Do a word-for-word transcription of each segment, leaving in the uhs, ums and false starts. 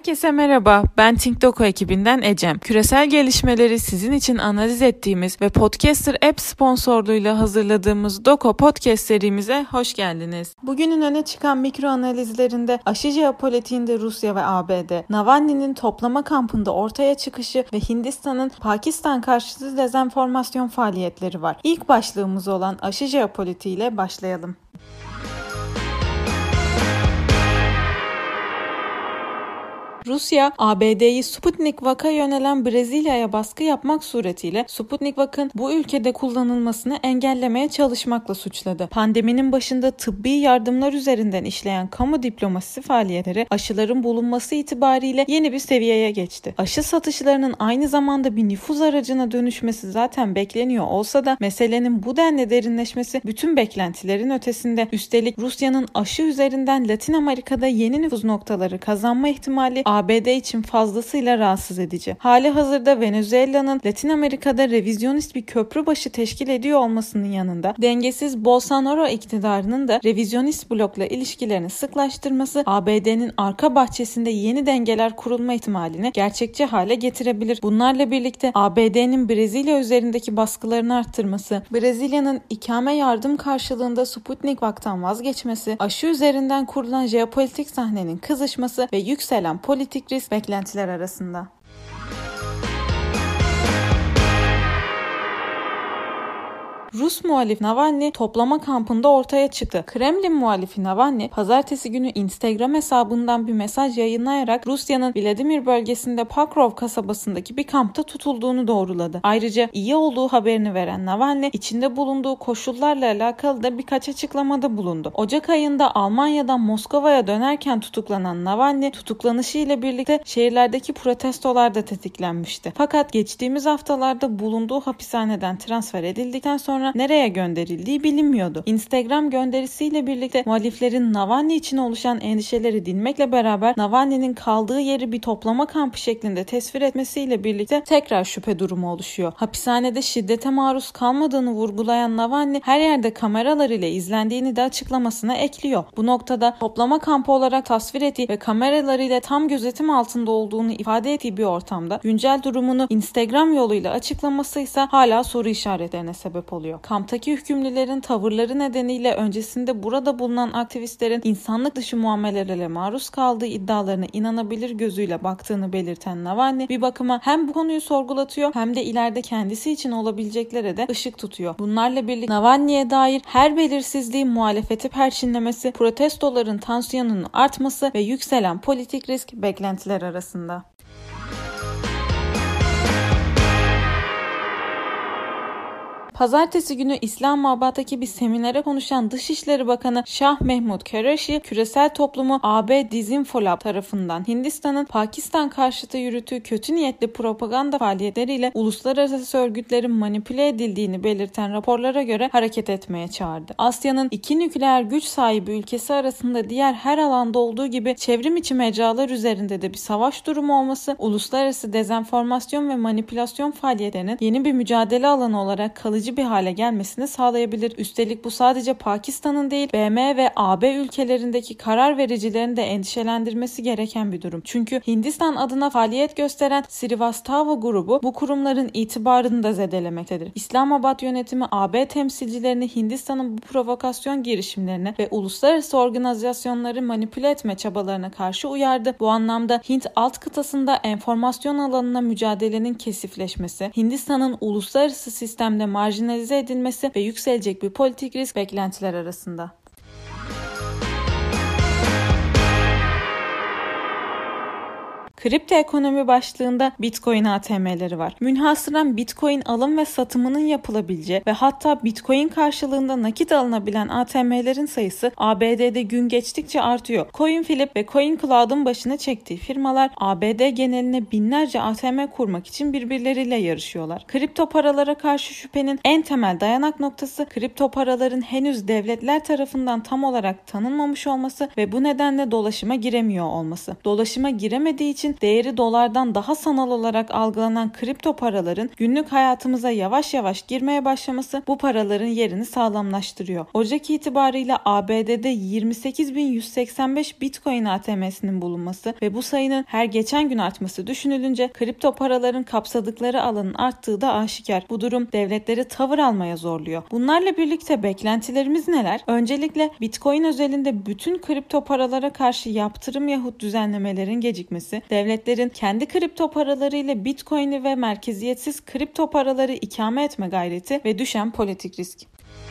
Herkese merhaba, ben ThinkDoco ekibinden Ecem. Küresel gelişmeleri sizin için analiz ettiğimiz ve Podcaster App sponsorluğuyla hazırladığımız Doco Podcast serimize hoş geldiniz. Bugünün öne çıkan mikro analizlerinde aşı jeopolitiğinde Rusya ve A B D, Navalny'nin toplama kampında ortaya çıkışı ve Hindistan'ın Pakistan karşıtı dezenformasyon faaliyetleri var. İlk başlığımız olan aşı jeopolitiği ile başlayalım. Rusya, A B D'yi Sputnik Vaka yönelen Brezilya'ya baskı yapmak suretiyle Sputnik Vak'ın bu ülkede kullanılmasını engellemeye çalışmakla suçladı. Pandeminin başında tıbbi yardımlar üzerinden işleyen kamu diplomasisi faaliyetleri aşıların bulunması itibariyle yeni bir seviyeye geçti. Aşı satışlarının aynı zamanda bir nüfuz aracına dönüşmesi zaten bekleniyor olsa da meselenin bu denli derinleşmesi bütün beklentilerin ötesinde. Üstelik Rusya'nın aşı üzerinden Latin Amerika'da yeni nüfuz noktaları kazanma ihtimali A B D için fazlasıyla rahatsız edici. Hali hazırda Venezuela'nın Latin Amerika'da revizyonist bir köprü başı teşkil ediyor olmasının yanında dengesiz Bolsonaro iktidarının da revizyonist blokla ilişkilerini sıklaştırması A B D'nin arka bahçesinde yeni dengeler kurulma ihtimalini gerçekçi hale getirebilir. Bunlarla birlikte A B D'nin Brezilya üzerindeki baskılarını arttırması, Brezilya'nın ikame yardım karşılığında Sputnik Vak'tan vazgeçmesi, aşı üzerinden kurulan jeopolitik sahnenin kızışması ve yükselen politik risk beklentiler arasında. Rus muhalif Navalny toplama kampında ortaya çıktı. Kremlin muhalifi Navalny pazartesi günü Instagram hesabından bir mesaj yayınlayarak Rusya'nın Vladimir bölgesinde Pokrov kasabasındaki bir kampta tutulduğunu doğruladı. Ayrıca iyi olduğu haberini veren Navalny içinde bulunduğu koşullarla alakalı da birkaç açıklamada bulundu. Ocak ayında Almanya'dan Moskova'ya dönerken tutuklanan Navalny tutuklanışı ile birlikte şehirlerdeki protestolar da tetiklenmişti. Fakat geçtiğimiz haftalarda bulunduğu hapishaneden transfer edildikten sonra nereye gönderildiği bilinmiyordu. Instagram gönderisiyle birlikte muhaliflerin Navalny için oluşan endişeleri dinmekle beraber Navalny'nin kaldığı yeri bir toplama kampı şeklinde tesvir etmesiyle birlikte tekrar şüphe durumu oluşuyor. Hapishanede şiddete maruz kalmadığını vurgulayan Navalny her yerde kameralar ile izlendiğini de açıklamasına ekliyor. Bu noktada toplama kampı olarak tasvir ettiği ve kameralar ile tam gözetim altında olduğunu ifade ettiği bir ortamda güncel durumunu Instagram yoluyla açıklaması ise hala soru işaretlerine sebep oluyor. Kamptaki hükümlülerin tavırları nedeniyle öncesinde burada bulunan aktivistlerin insanlık dışı muamelelerle maruz kaldığı iddialarına inanabilir gözüyle baktığını belirten Navalny bir bakıma hem bu konuyu sorgulatıyor hem de ileride kendisi için olabileceklere de ışık tutuyor. Bunlarla birlikte Navalny'ye dair her belirsizliğin muhalefeti perçinlemesi, protestoların tansiyonunun artması ve yükselen politik risk beklentiler arasında. Pazartesi günü İslamabad'daki bir seminere konuşan Dışişleri Bakanı Şah Mehmud Qureshi, küresel toplumu A B Dizinfolab tarafından Hindistan'ın Pakistan karşıtı yürüttüğü kötü niyetli propaganda faaliyetleriyle uluslararası örgütlerin manipüle edildiğini belirten raporlara göre hareket etmeye çağırdı. Asya'nın iki nükleer güç sahibi ülkesi arasında diğer her alanda olduğu gibi çevrim içi mecralar üzerinde de bir savaş durumu olması, uluslararası dezenformasyon ve manipülasyon faaliyetlerinin yeni bir mücadele alanı olarak kalıcı bir hale gelmesini sağlayabilir. Üstelik bu sadece Pakistan'ın değil, B M ve A B ülkelerindeki karar vericilerin de endişelendirmesi gereken bir durum. Çünkü Hindistan adına faaliyet gösteren Srivastava grubu bu kurumların itibarını da zedelemektedir. İslamabad yönetimi A B temsilcilerini Hindistan'ın bu provokasyon girişimlerine ve uluslararası organizasyonları manipüle etme çabalarına karşı uyardı. Bu anlamda Hint alt kıtasında enformasyon alanına mücadelenin kesifleşmesi, Hindistan'ın uluslararası sistemde marjinalize edilmesi ve yükselecek bir politik risk beklentiler arasında. Kripto ekonomi başlığında Bitcoin A T M'leri var. Münhasıran Bitcoin alım ve satımının yapılabileceği ve hatta Bitcoin karşılığında nakit alınabilen A T M'lerin sayısı A B D'de gün geçtikçe artıyor. CoinFlip ve CoinCloud'un başına çektiği firmalar A B D geneline binlerce A T M kurmak için birbirleriyle yarışıyorlar. Kripto paralara karşı şüphenin en temel dayanak noktası kripto paraların henüz devletler tarafından tam olarak tanınmamış olması ve bu nedenle dolaşıma giremiyor olması. Dolaşıma giremediği için için değeri dolardan daha sanal olarak algılanan kripto paraların günlük hayatımıza yavaş yavaş girmeye başlaması bu paraların yerini sağlamlaştırıyor. Ocak itibariyle A B D'de yirmi sekiz bin yüz seksen beş Bitcoin A T M'sinin bulunması ve bu sayının her geçen gün artması düşünülünce kripto paraların kapsadıkları alanın arttığı da aşikar. Bu durum devletleri tavır almaya zorluyor. Bunlarla birlikte beklentilerimiz neler? Öncelikle Bitcoin özelinde bütün kripto paralara karşı yaptırım yahut düzenlemelerin gecikmesi, devletlerin kendi kripto paralarıyla Bitcoin'i ve merkeziyetsiz kripto paraları ikame etme gayreti ve düşen politik risk.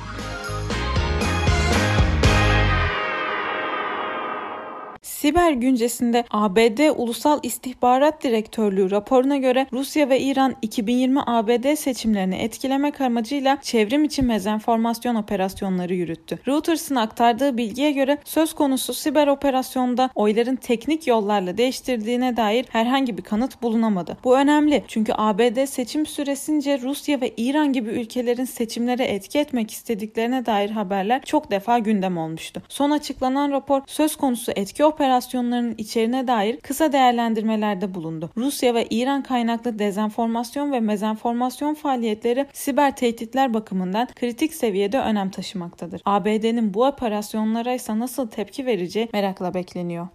Siber Güncesi'nde A B D Ulusal İstihbarat Direktörlüğü raporuna göre Rusya ve İran iki bin yirmi A B D seçimlerini etkilemek amacıyla çevrim içi mezenformasyon operasyonları yürüttü. Reuters'ın aktardığı bilgiye göre söz konusu siber operasyonda oyların teknik yollarla değiştirdiğine dair herhangi bir kanıt bulunamadı. Bu önemli çünkü A B D seçim süresince Rusya ve İran gibi ülkelerin seçimlere etki etmek istediklerine dair haberler çok defa gündem olmuştu. Son açıklanan rapor söz konusu etki operasyonlarının içeriğine dair kısa değerlendirmelerde bulundu. Rusya ve İran kaynaklı dezenformasyon ve mezenformasyon faaliyetleri siber tehditler bakımından kritik seviyede önem taşımaktadır. A B D'nin bu operasyonlara ise nasıl tepki vereceği merakla bekleniyor.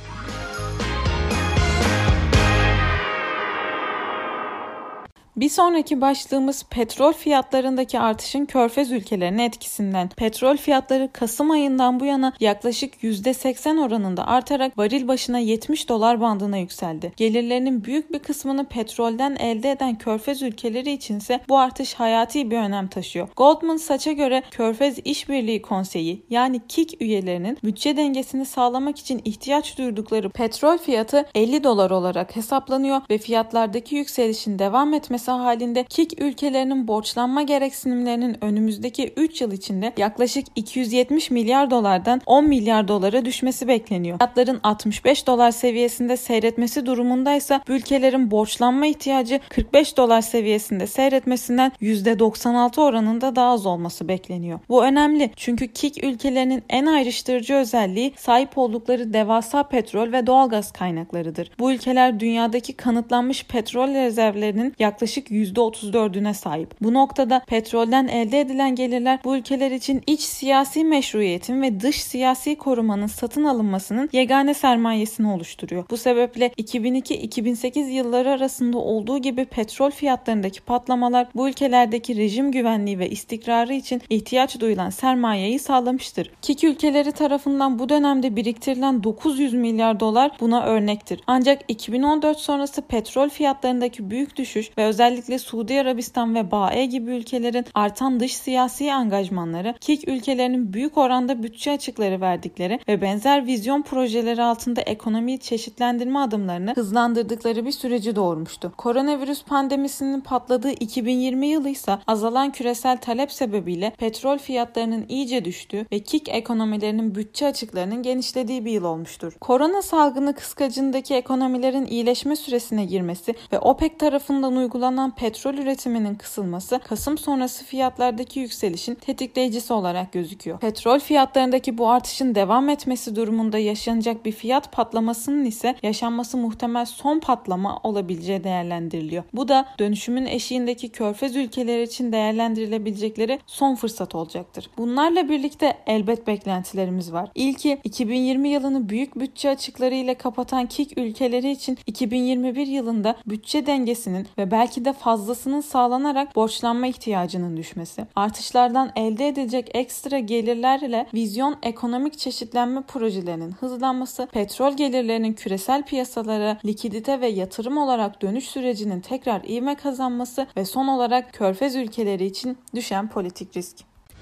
Bir sonraki başlığımız petrol fiyatlarındaki artışın Körfez ülkelerine etkisinden. Petrol fiyatları Kasım ayından bu yana yaklaşık yüzde seksen oranında artarak varil başına yetmiş dolar bandına yükseldi. Gelirlerinin büyük bir kısmını petrolden elde eden Körfez ülkeleri içinse bu artış hayati bir önem taşıyor. Goldman Sachs'e göre Körfez İşbirliği Konseyi yani K İ K üyelerinin bütçe dengesini sağlamak için ihtiyaç duydukları petrol fiyatı elli dolar olarak hesaplanıyor ve fiyatlardaki yükselişin devam etmesi halinde K İ K ülkelerinin borçlanma gereksinimlerinin önümüzdeki üç yıl içinde yaklaşık iki yüz yetmiş milyar dolardan on milyar dolara düşmesi bekleniyor. Fiyatların altmış beş dolar seviyesinde seyretmesi durumundaysa bu ülkelerin borçlanma ihtiyacı kırk beş dolar seviyesinde seyretmesinden yüzde doksan altı oranında daha az olması bekleniyor. Bu önemli çünkü K İ K ülkelerinin en ayrıştırıcı özelliği sahip oldukları devasa petrol ve doğalgaz kaynaklarıdır. Bu ülkeler dünyadaki kanıtlanmış petrol rezervlerinin yaklaşık yüzde otuz dördüne sahip. Bu noktada petrolden elde edilen gelirler bu ülkeler için iç siyasi meşruiyetin ve dış siyasi korumanın satın alınmasının yegane sermayesini oluşturuyor. Bu sebeple iki bin iki iki bin sekiz yılları arasında olduğu gibi petrol fiyatlarındaki patlamalar bu ülkelerdeki rejim güvenliği ve istikrarı için ihtiyaç duyulan sermayeyi sağlamıştır. K İ K ülkeleri tarafından bu dönemde biriktirilen dokuz yüz milyar dolar buna örnektir. Ancak iki bin on dört sonrası petrol fiyatlarındaki büyük düşüş ve özellikle Suudi Arabistan ve B A E gibi ülkelerin artan dış siyasi angajmanları, K İ K ülkelerinin büyük oranda bütçe açıkları verdikleri ve benzer vizyon projeleri altında ekonomiyi çeşitlendirme adımlarını hızlandırdıkları bir süreci doğurmuştu. Koronavirüs pandemisinin patladığı iki bin yirmi yılı ise azalan küresel talep sebebiyle petrol fiyatlarının iyice düştüğü ve K İ K ekonomilerinin bütçe açıklarının genişlediği bir yıl olmuştur. Korona salgını kıskacındaki ekonomilerin iyileşme süresine girmesi ve OPEC tarafından uygulanan petrol üretiminin kısılması Kasım sonrası fiyatlardaki yükselişin tetikleyicisi olarak gözüküyor. Petrol fiyatlarındaki bu artışın devam etmesi durumunda yaşanacak bir fiyat patlamasının ise yaşanması muhtemel son patlama olabileceği değerlendiriliyor. Bu da dönüşümün eşiğindeki Körfez ülkeleri için değerlendirilebilecekleri son fırsat olacaktır. Bunlarla birlikte elbet beklentilerimiz var. İlki iki bin yirmi yılını büyük bütçe açıkları ile kapatan K İ K ülkeleri için iki bin yirmi bir yılında bütçe dengesinin ve belki de fazlasının sağlanarak borçlanma ihtiyacının düşmesi, artışlardan elde edilecek ekstra gelirler ile vizyon ekonomik çeşitlenme projelerinin hızlanması, petrol gelirlerinin küresel piyasalara likidite ve yatırım olarak dönüş sürecinin tekrar ivme kazanması ve son olarak Körfez ülkeleri için düşen politik risk.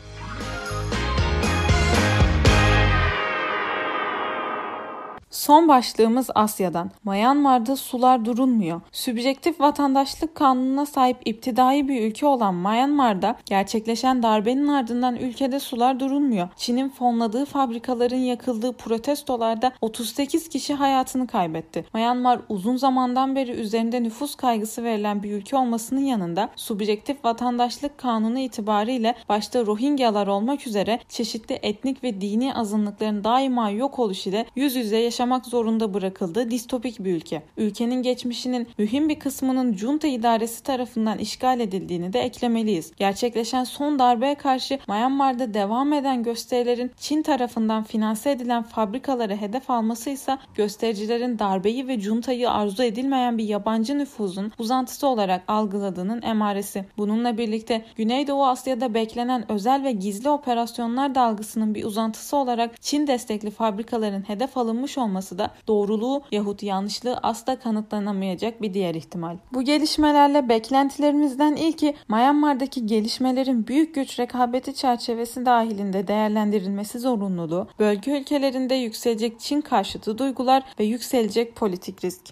Son başlığımız Asya'dan. Myanmar'da sular durulmuyor. Sübjektif vatandaşlık kanununa sahip iptidai bir ülke olan Myanmar'da gerçekleşen darbenin ardından ülkede sular durulmuyor. Çin'in fonladığı fabrikaların yakıldığı protestolarda otuz sekiz kişi hayatını kaybetti. Myanmar uzun zamandan beri üzerinde nüfus kaygısı verilen bir ülke olmasının yanında sübjektif vatandaşlık kanunu itibariyle başta Rohingyalar olmak üzere çeşitli etnik ve dini azınlıkların daima yok oluşu ile yüz yüze yaşamak yaşamak zorunda bırakıldığı distopik bir ülke. Ülkenin geçmişinin mühim bir kısmının junta idaresi tarafından işgal edildiğini de eklemeliyiz. Gerçekleşen son darbeye karşı Myanmar'da devam eden gösterilerin Çin tarafından finanse edilen fabrikaları hedef alması ise göstericilerin darbeyi ve juntayı arzu edilmeyen bir yabancı nüfuzun uzantısı olarak algıladığının emaresi. Bununla birlikte Güneydoğu Asya'da beklenen özel ve gizli operasyonlar dalgasının bir uzantısı olarak Çin destekli fabrikaların hedef alınmış olması da doğruluğu yahut yanlışlığı asla kanıtlanamayacak bir diğer ihtimal. Bu gelişmelerle beklentilerimizden ilki Myanmar'daki gelişmelerin büyük güç rekabeti çerçevesi dahilinde değerlendirilmesi zorunluluğu, bölge ülkelerinde yükselecek Çin karşıtı duygular ve yükselecek politik risk.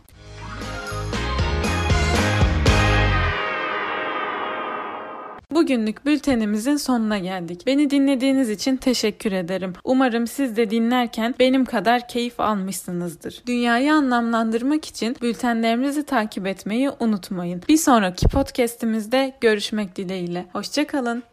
Bugünlük bültenimizin sonuna geldik. Beni dinlediğiniz için teşekkür ederim. Umarım siz de dinlerken benim kadar keyif almışsınızdır. Dünyayı anlamlandırmak için bültenlerimizi takip etmeyi unutmayın. Bir sonraki podcast'imizde görüşmek dileğiyle. Hoşça kalın.